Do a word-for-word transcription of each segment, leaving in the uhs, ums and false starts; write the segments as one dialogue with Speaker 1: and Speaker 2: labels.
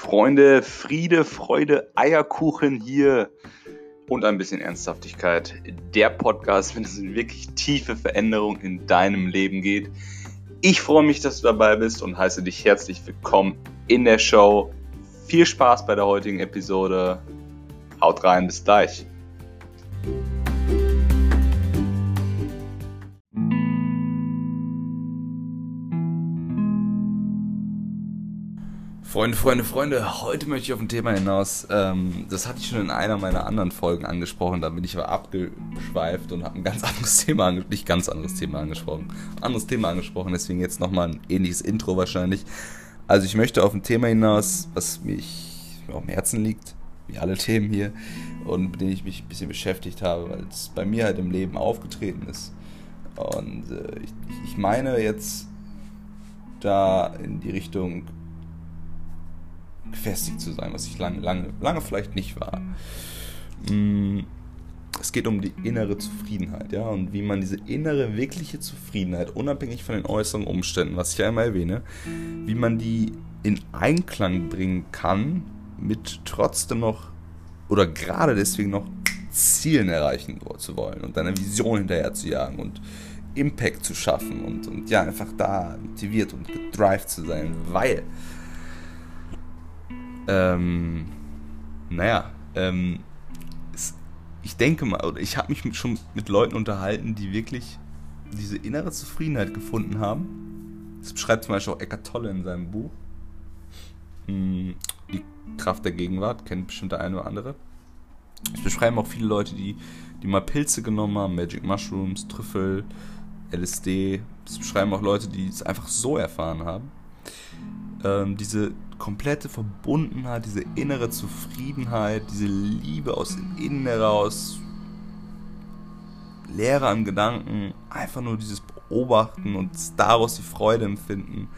Speaker 1: Freunde, Friede, Freude, Eierkuchen hier und ein bisschen Ernsthaftigkeit. Der Podcast, wenn es in wirklich tiefe Veränderung in deinem Leben geht. Ich freue mich, dass du dabei bist und heiße dich herzlich willkommen in der Show. Viel Spaß bei der heutigen Episode. Haut rein, bis gleich. Freunde, Freunde, Freunde, heute möchte ich auf ein Thema hinaus, ähm, das hatte ich schon in einer meiner anderen Folgen angesprochen, da bin ich aber abgeschweift und habe ein ganz anderes Thema, ange- nicht ganz anderes Thema angesprochen, ein anderes Thema angesprochen, deswegen jetzt nochmal ein ähnliches Intro wahrscheinlich. Also ich möchte auf ein Thema hinaus, was mich auf dem Herzen liegt, wie alle Themen hier, und mit dem ich mich ein bisschen beschäftigt habe, weil es bei mir halt im Leben aufgetreten ist. Und äh, ich, ich meine jetzt da in die Richtung gefestigt zu sein, was ich lange, lange, lange vielleicht nicht war. Es geht um die innere Zufriedenheit, ja, und wie man diese innere, wirkliche Zufriedenheit, unabhängig von den äußeren Umständen, was ich ja immer erwähne, wie man die in Einklang bringen kann, mit trotzdem noch, oder gerade deswegen noch Zielen erreichen zu wollen und deiner Vision hinterher zu jagen und Impact zu schaffen und, und ja, einfach da motiviert und gedrived zu sein, weil Ähm, naja, ähm, es, ich denke mal, oder ich habe mich mit, schon mit Leuten unterhalten, die wirklich diese innere Zufriedenheit gefunden haben. Das beschreibt zum Beispiel auch Eckhart Tolle in seinem Buch. Die Kraft der Gegenwart, kennt bestimmt der eine oder andere. Es beschreiben auch viele Leute, die, die mal Pilze genommen haben, Magic Mushrooms, Trüffel, L S D. Das beschreiben auch Leute, die es einfach so erfahren haben. Ähm, diese komplette Verbundenheit, diese innere Zufriedenheit, diese Liebe aus dem Innen heraus, Leere an Gedanken, einfach nur dieses Beobachten und daraus die Freude empfinden.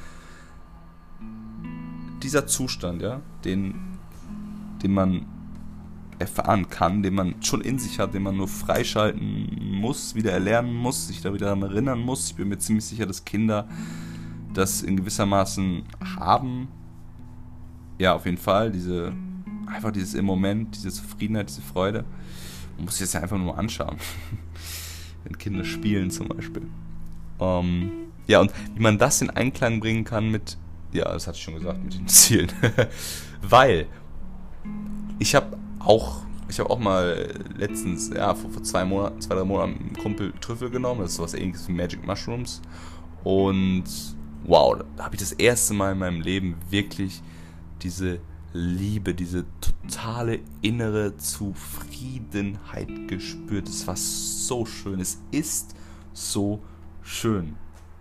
Speaker 1: Dieser Zustand, ja, den, den man erfahren kann, den man schon in sich hat, den man nur freischalten muss, wieder erlernen muss, sich da wieder daran erinnern muss. Ich bin mir ziemlich sicher, dass Kinder das in gewissermaßen haben. Ja, auf jeden Fall, diese, einfach dieses im Moment, diese Zufriedenheit, diese Freude. Man muss sich das ja einfach nur mal anschauen. Wenn Kinder spielen zum Beispiel. Ähm, ja, und wie man das in Einklang bringen kann mit, ja, das hatte ich schon gesagt, mit den Zielen. Weil, ich habe auch, ich habe auch mal letztens, ja, vor, vor zwei Monaten, zwei, drei Monaten einen Kumpel Trüffel genommen. Das ist sowas ähnliches wie Magic Mushrooms. Und wow, da habe ich das erste Mal in meinem Leben wirklich diese Liebe, diese totale innere Zufriedenheit gespürt. Es war so schön. Es ist so schön.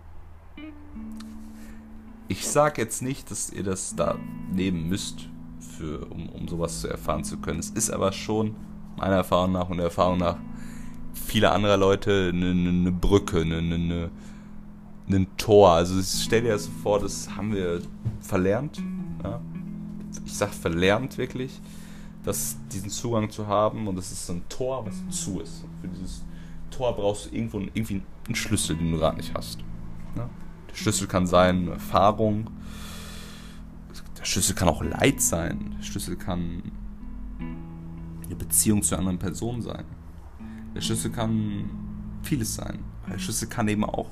Speaker 1: Ich sage jetzt nicht, dass ihr das da nehmen müsst, für, um, um sowas zu erfahren zu können. Es ist aber schon, meiner Erfahrung nach und der Erfahrung nach vieler anderer Leute, eine, eine Brücke, eine, eine, ein Tor. Also stell dir das so vor, das haben wir verlernt. Ja? Ich sag verlernt wirklich, dass diesen Zugang zu haben, und das ist so ein Tor, was zu ist. Und für dieses Tor brauchst du irgendwo irgendwie einen Schlüssel, den du gerade nicht hast. Ja? Der Schlüssel kann sein Erfahrung, der Schlüssel kann auch Leid sein, der Schlüssel kann eine Beziehung zu einer anderen Person sein. Der Schlüssel kann vieles sein. Der Schlüssel kann eben auch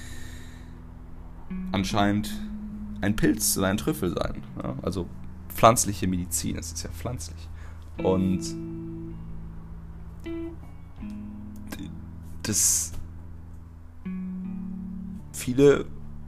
Speaker 1: anscheinend ein Pilz oder ein Trüffel sein. Ja? Also pflanzliche Medizin, es ist ja pflanzlich. Und das viele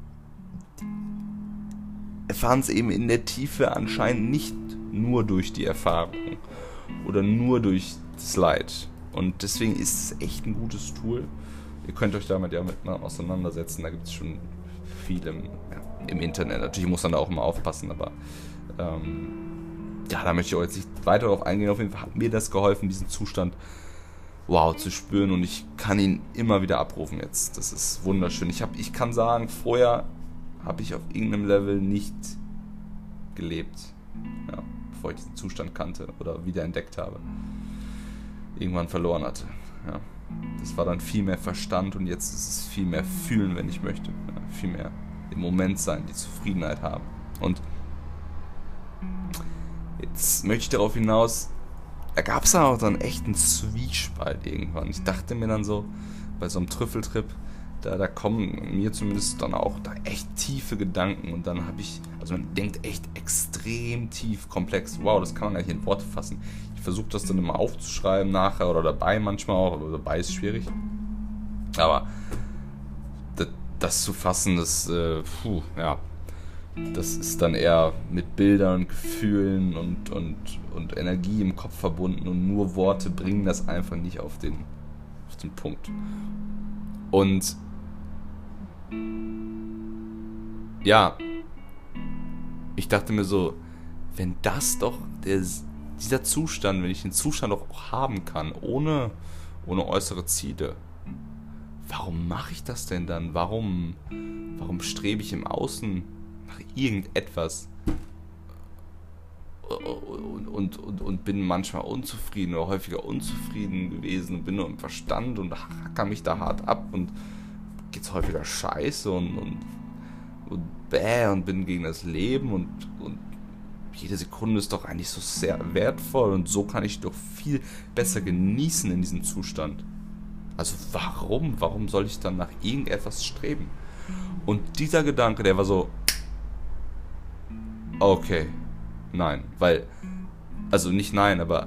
Speaker 1: erfahren es eben in der Tiefe anscheinend nicht nur durch die Erfahrung oder nur durch das Leid. Und deswegen ist es echt ein gutes Tool. Ihr könnt euch damit ja mit mal auseinandersetzen, da gibt es schon viel im, ja, im Internet. Natürlich muss man da auch immer aufpassen, aber ähm, ja, da möchte ich auch jetzt nicht weiter darauf eingehen. Auf jeden Fall hat mir das geholfen, diesen Zustand wow zu spüren, und ich kann ihn immer wieder abrufen jetzt. Das ist wunderschön. Ich, hab, ich kann sagen, vorher habe ich auf irgendeinem Level nicht gelebt, ja, bevor ich diesen Zustand kannte oder wiederentdeckt habe. Irgendwann verloren hatte. Ja. Das war dann viel mehr Verstand, und jetzt ist es viel mehr fühlen, wenn ich möchte. Ja, viel mehr im Moment sein, die Zufriedenheit haben. Und Jetzt möchte ich darauf hinaus, da gab es dann auch dann echt einen Zwiespalt irgendwann. Ich dachte mir dann so, bei so einem Trüffeltrip, da, da kommen mir zumindest dann auch da echt tiefe Gedanken und dann habe ich, also man denkt echt extrem tief, komplex. Wow, das kann man gar nicht in Worte fassen. Ich versuche das dann immer aufzuschreiben nachher oder dabei manchmal auch, aber dabei ist schwierig. Aber das, das zu fassen, das, äh, puh, ja, das ist dann eher mit Bildern und Gefühlen und, und, und Energie im Kopf verbunden und nur Worte bringen das einfach nicht auf den, auf den Punkt. Und ja, ich dachte mir so, wenn das doch der, dieser Zustand, wenn ich den Zustand doch auch haben kann, ohne, ohne äußere Ziele, warum mache ich das denn dann? Warum, warum strebe ich im Außen nach irgendetwas und, und, und, und bin manchmal unzufrieden oder häufiger unzufrieden gewesen und bin nur im Verstand und hacker mich da hart ab und geht's häufiger scheiße und, und, und bäh und bin gegen das Leben und, und jede Sekunde ist doch eigentlich so sehr wertvoll und so kann ich doch viel besser genießen in diesem Zustand. Also warum? Warum soll ich dann nach irgendetwas streben? Und dieser Gedanke, der war so, okay, nein, weil, also nicht nein, aber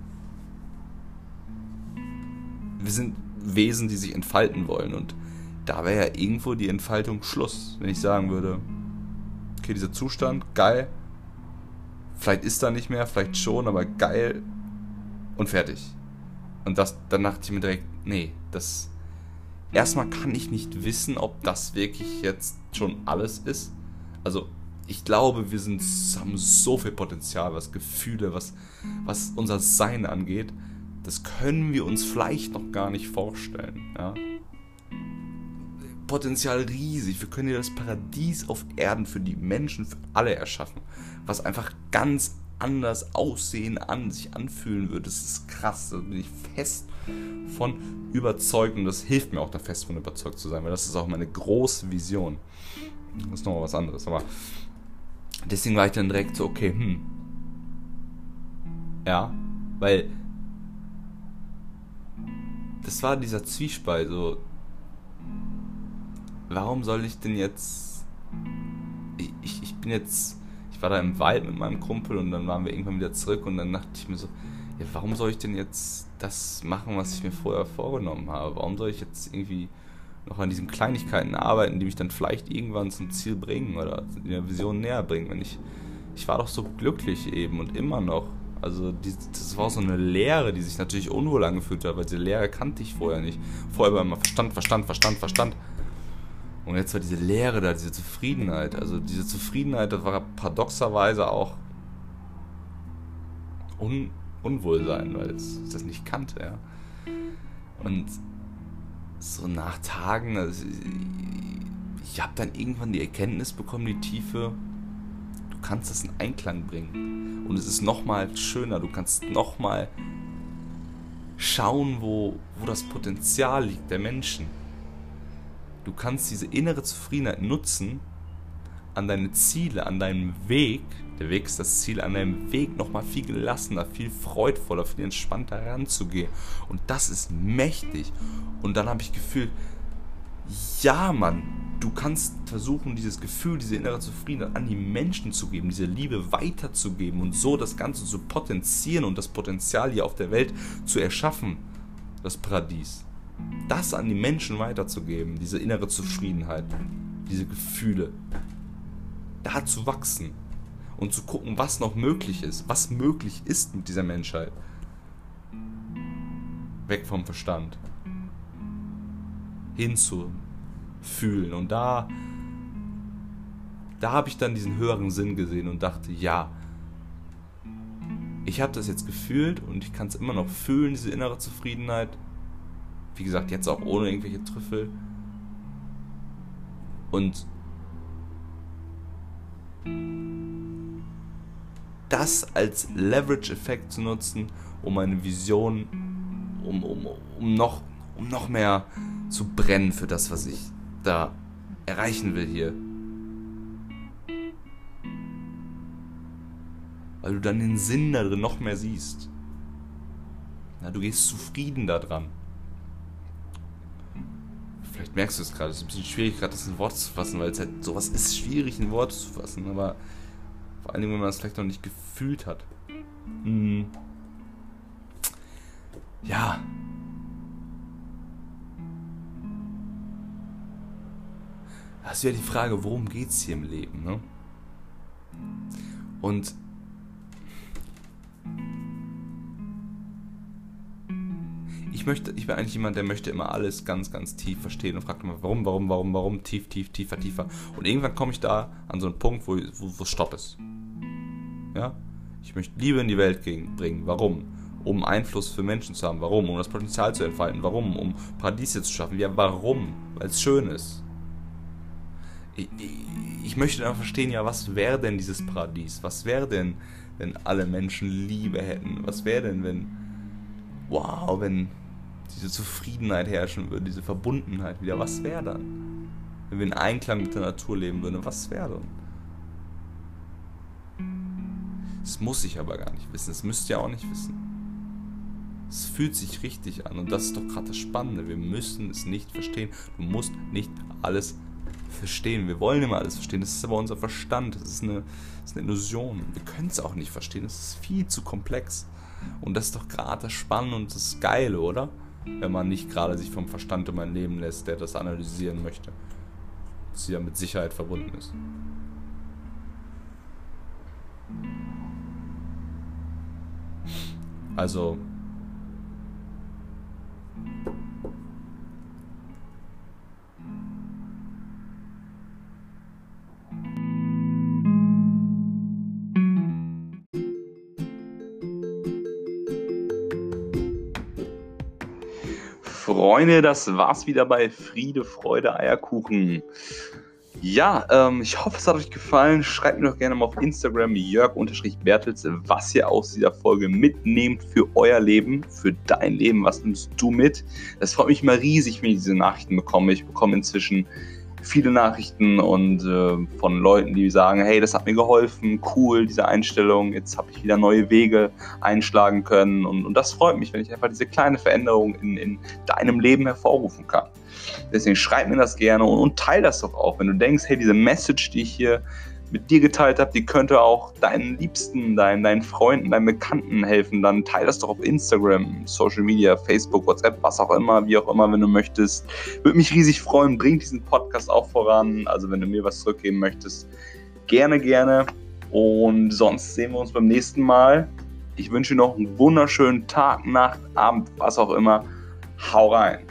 Speaker 1: wir sind Wesen, die sich entfalten wollen und da wäre ja irgendwo die Entfaltung Schluss, wenn ich sagen würde, okay, dieser Zustand, geil, vielleicht ist da nicht mehr, vielleicht schon, aber geil und fertig. Und das, dann dachte ich mir direkt, nee, das, erstmal kann ich nicht wissen, ob das wirklich jetzt schon alles ist. Also, ich glaube, wir sind, haben so viel Potenzial, was Gefühle, was, was unser Sein angeht. Das können wir uns vielleicht noch gar nicht vorstellen. Ja? Potenzial riesig. Wir können ja das Paradies auf Erden für die Menschen, für alle erschaffen. Was einfach ganz anders aussehen, an sich anfühlen wird. Das ist krass. Da bin ich fest von überzeugt und das hilft mir auch, da fest von überzeugt zu sein, weil das ist auch meine große Vision. Das ist nochmal was anderes, aber deswegen war ich dann direkt so, okay, hm. Ja, weil das war dieser Zwiespalt, so, warum soll ich denn jetzt, ich, ich, ich bin jetzt, ich war da im Wald mit meinem Kumpel und dann waren wir irgendwann wieder zurück und dann dachte ich mir so, ja, warum soll ich denn jetzt das machen, was ich mir vorher vorgenommen habe? Warum soll ich jetzt irgendwie noch an diesen Kleinigkeiten arbeiten, die mich dann vielleicht irgendwann zum Ziel bringen oder der Vision näher bringen, wenn ich, ich war doch so glücklich eben und immer noch. Also die, das war so eine Leere, die sich natürlich unwohl angefühlt hat, weil diese Leere kannte ich vorher nicht. Vorher war immer Verstand, Verstand, Verstand, Verstand. Und jetzt war diese Leere da, diese Zufriedenheit. Also diese Zufriedenheit, das war paradoxerweise auch Un- Unwohlsein, weil ich das nicht kannte, ja. Und so nach Tagen, also ich habe dann irgendwann die Erkenntnis bekommen, die Tiefe, du kannst das in Einklang bringen. Und es ist nochmal schöner, du kannst nochmal schauen, wo, wo das Potenzial liegt der Menschen. Du kannst diese innere Zufriedenheit nutzen, an deine Ziele, an deinem Weg, der Weg ist das Ziel, an deinem Weg nochmal viel gelassener, viel freudvoller, viel entspannter ranzugehen. Und das ist mächtig. Und dann habe ich gefühlt, ja Mann, du kannst versuchen, dieses Gefühl, diese innere Zufriedenheit an die Menschen zu geben, diese Liebe weiterzugeben und so das Ganze zu potenzieren und das Potenzial hier auf der Welt zu erschaffen, das Paradies. Das an die Menschen weiterzugeben, diese innere Zufriedenheit, diese Gefühle, da zu wachsen und zu gucken, was noch möglich ist, was möglich ist mit dieser Menschheit. Weg vom Verstand. Hin zu fühlen. Und da, da habe ich dann diesen höheren Sinn gesehen und dachte, ja, ich habe das jetzt gefühlt und ich kann es immer noch fühlen, diese innere Zufriedenheit. Wie gesagt, jetzt auch ohne irgendwelche Trüffel. Und das als Leverage-Effekt zu nutzen, um meine Vision, um, um, um, noch, um noch mehr zu brennen für das, was ich da erreichen will hier. weil du dann den Sinn da drin noch mehr siehst. Na, du gehst zufrieden da dran. Vielleicht merkst du es gerade, es ist ein bisschen schwierig, gerade das in Worte zu fassen, weil es halt sowas ist schwierig in Worte zu fassen, aber vor allen Dingen, wenn man es vielleicht noch nicht gefühlt hat. Hm. Ja. Das ist ja die Frage, worum geht's hier im Leben, ne? Und ich möchte, ich bin eigentlich jemand, der möchte immer alles ganz, ganz tief verstehen und fragt immer, warum, warum, warum, warum, tief, tief, tiefer, tiefer. Und irgendwann komme ich da an so einen Punkt, wo, wo, wo Stopp ist. Ja? Ich möchte Liebe in die Welt bringen. Warum? Um Einfluss für Menschen zu haben. Warum? Um das Potenzial zu entfalten. Warum? Um Paradiese zu schaffen. Ja, warum? Weil es schön ist. Ich, ich, ich möchte dann verstehen, ja, was wäre denn dieses Paradies? Was wäre denn, wenn alle Menschen Liebe hätten? Was wäre denn, wenn, wow, wenn diese Zufriedenheit herrschen würde, diese Verbundenheit wieder? Was wäre dann? Wenn wir in Einklang mit der Natur leben würden, was wäre dann? Das muss ich aber gar nicht wissen, das müsst ihr auch nicht wissen. Es fühlt sich richtig an und das ist doch gerade das Spannende. Wir müssen es nicht verstehen. Du musst nicht alles verstehen. Wir wollen immer alles verstehen. Das ist aber unser Verstand. Das ist eine, das ist eine Illusion. Wir können es auch nicht verstehen. Das ist viel zu komplex. Und das ist doch gerade das Spannende und das Geile, oder? Wenn man nicht gerade sich vom Verstand um ein Leben lässt, der das analysieren möchte. Das ja mit Sicherheit verbunden ist. Also Freunde, das war's wieder bei Friede, Freude, Eierkuchen. Ja, ähm, ich hoffe, es hat euch gefallen. Schreibt mir doch gerne mal auf Instagram Jörg-Bertels, was ihr aus dieser Folge mitnehmt für euer Leben, für dein Leben. Was nimmst du mit? Das freut mich immer riesig, wenn ich diese Nachrichten bekomme. Ich bekomme inzwischen viele Nachrichten und äh, von Leuten, die sagen, hey, das hat mir geholfen, cool, diese Einstellung, jetzt habe ich wieder neue Wege einschlagen können und, und das freut mich, wenn ich einfach diese kleine Veränderung in, in deinem Leben hervorrufen kann. Deswegen schreib mir das gerne und, und teile das doch auch, wenn du denkst, hey, diese Message, die ich hier mit dir geteilt habe, die könnte auch deinen Liebsten, deinen, deinen Freunden, deinen Bekannten helfen, dann teile das doch auf Instagram, Social Media, Facebook, WhatsApp, was auch immer, wie auch immer, wenn du möchtest. Würde mich riesig freuen, bring diesen Podcast auch voran, also wenn du mir was zurückgeben möchtest, gerne, gerne und sonst sehen wir uns beim nächsten Mal. Ich wünsche dir noch einen wunderschönen Tag, Nacht, Abend, was auch immer. Hau rein!